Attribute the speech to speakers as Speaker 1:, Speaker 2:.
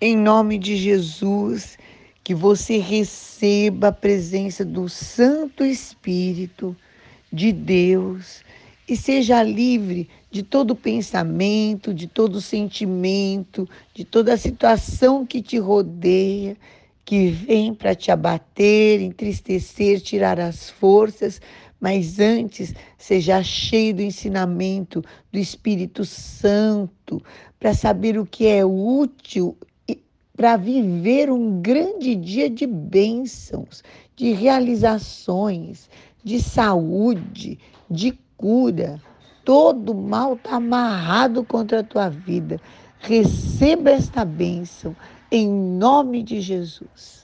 Speaker 1: Em nome de Jesus, que você receba a presença do Santo Espírito de Deus e seja livre de todo pensamento, de todo sentimento, de toda situação que te rodeia, que vem para te abater, entristecer, tirar as forças, mas antes seja cheio do ensinamento do Espírito Santo, para saber o que é útil para viver um grande dia de bênçãos, de realizações, de saúde, de cura. Todo mal está amarrado contra a tua vida. Receba esta bênção em nome de Jesus.